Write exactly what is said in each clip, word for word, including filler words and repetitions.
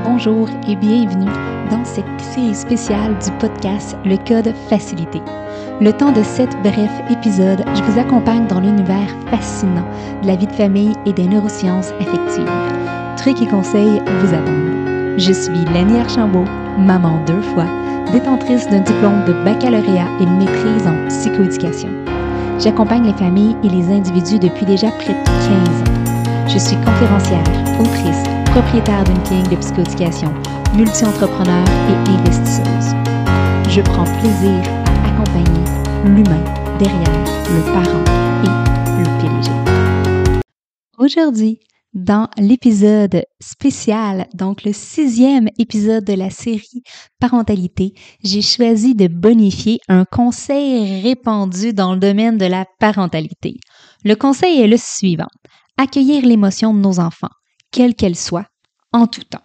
bonjour et bienvenue dans cette série spéciale du podcast Le Code Facilité. Le temps de sept brefs épisodes, je vous accompagne dans l'univers fascinant de la vie de famille et des neurosciences affectives. Trucs et conseils vous attendent. Je suis Lenny Archambault, maman deux fois, détentrice d'un diplôme de baccalauréat et de maîtrise en psychoéducation. J'accompagne les familles et les individus depuis déjà près de quinze ans. Je suis conférencière, autrice, propriétaire d'une clinique de psychoéducation, multi-entrepreneur et investisseuse. Je prends plaisir à accompagner l'humain derrière le parent et le P D G. Aujourd'hui, dans l'épisode spécial, donc le sixième épisode de la série Parentalité, j'ai choisi de bonifier un conseil répandu dans le domaine de la parentalité. Le conseil est le suivant: accueillir l'émotion de nos enfants, quelle qu'elle soit, en tout temps.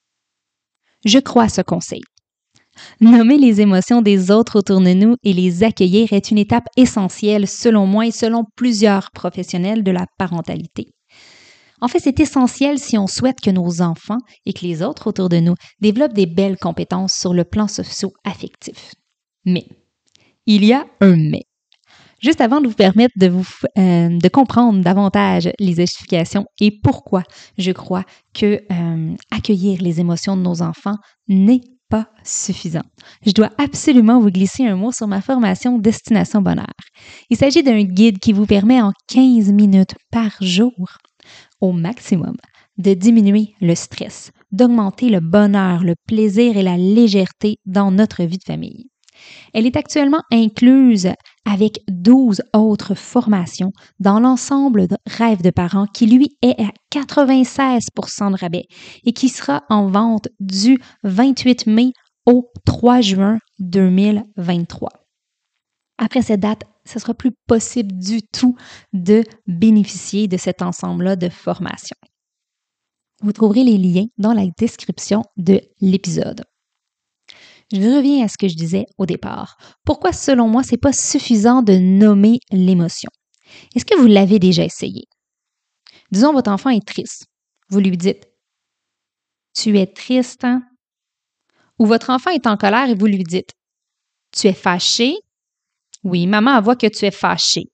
Je crois à ce conseil. Nommer les émotions des autres autour de nous et les accueillir est une étape essentielle selon moi et selon plusieurs professionnels de la parentalité. En fait, c'est essentiel si on souhaite que nos enfants et que les autres autour de nous développent des belles compétences sur le plan socio-affectif. Mais, il y a un mais. Juste avant de vous permettre de vous euh, de comprendre davantage les explications et pourquoi je crois que euh, accueillir les émotions de nos enfants n'est pas suffisant, je dois absolument vous glisser un mot sur ma formation Destination Bonheur. Il s'agit d'un guide qui vous permet en quinze minutes par jour, au maximum, de diminuer le stress, d'augmenter le bonheur, le plaisir et la légèreté dans notre vie de famille. Elle est actuellement incluse avec douze autres formations dans l'ensemble de Rêve de parents qui, lui, est à quatre-vingt-seize pour cent de rabais et qui sera en vente du vingt-huit mai au trois juin deux mille vingt-trois. Après cette date, ce ne sera plus possible du tout de bénéficier de cet ensemble-là de formations. Vous trouverez les liens dans la description de l'épisode. Je reviens à ce que je disais au départ. Pourquoi, selon moi, ce n'est pas suffisant de nommer l'émotion? Est-ce que vous l'avez déjà essayé? Disons, votre enfant est triste. Vous lui dites « Tu es triste, hein? » Ou votre enfant est en colère et vous lui dites « Tu es fâché? » Oui, maman voit que tu es fâché.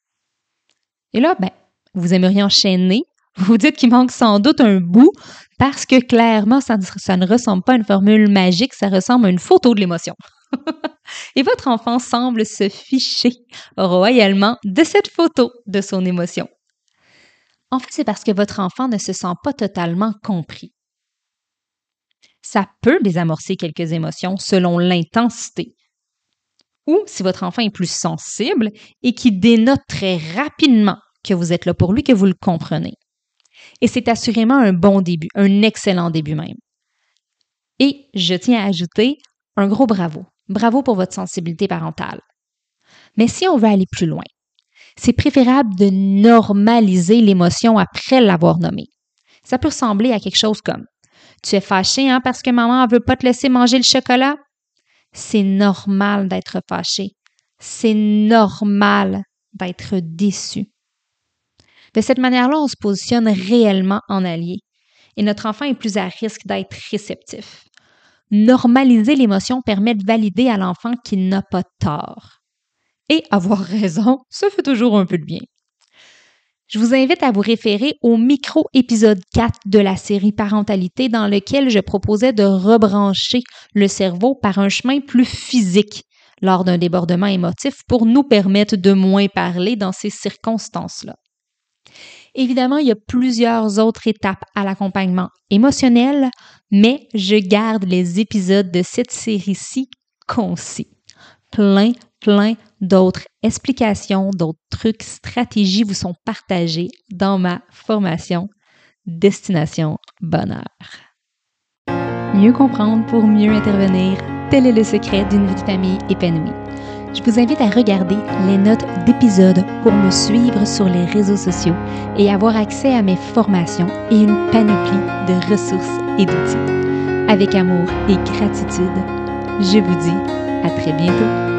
Et là, ben, vous aimeriez enchaîner. Vous vous dites qu'il manque sans doute un bout parce que clairement, ça ne, ça ne ressemble pas à une formule magique, ça ressemble à une photo de l'émotion. Et votre enfant semble se ficher royalement de cette photo de son émotion. En fait, c'est parce que votre enfant ne se sent pas totalement compris. Ça peut désamorcer quelques émotions selon l'intensité. Ou si votre enfant est plus sensible et qui dénote très rapidement que vous êtes là pour lui, que vous le comprenez. Et c'est assurément un bon début, un excellent début même. Et je tiens à ajouter un gros bravo. Bravo pour votre sensibilité parentale. Mais si on veut aller plus loin, c'est préférable de normaliser l'émotion après l'avoir nommée. Ça peut ressembler à quelque chose comme « Tu es fâché hein, parce que maman ne veut pas te laisser manger le chocolat? » C'est normal d'être fâché. C'est normal d'être déçu. De cette manière-là, on se positionne réellement en allié et notre enfant est plus à risque d'être réceptif. Normaliser l'émotion permet de valider à l'enfant qu'il n'a pas tort. Et avoir raison, ça fait toujours un peu de bien. Je vous invite à vous référer au micro-épisode quatre de la série Parentalité dans lequel je proposais de rebrancher le cerveau par un chemin plus physique lors d'un débordement émotif pour nous permettre de moins parler dans ces circonstances-là. Évidemment, il y a plusieurs autres étapes à l'accompagnement émotionnel, mais je garde les épisodes de cette série-ci concis. Plein, plein d'autres explications, d'autres trucs, stratégies vous sont partagés dans ma formation Destination Bonheur. Mieux comprendre pour mieux intervenir, tel est le secret d'une vie de famille épanouie. Je vous invite à regarder les notes d'épisode pour me suivre sur les réseaux sociaux et avoir accès à mes formations et une panoplie de ressources et d'outils. Avec amour et gratitude, je vous dis à très bientôt.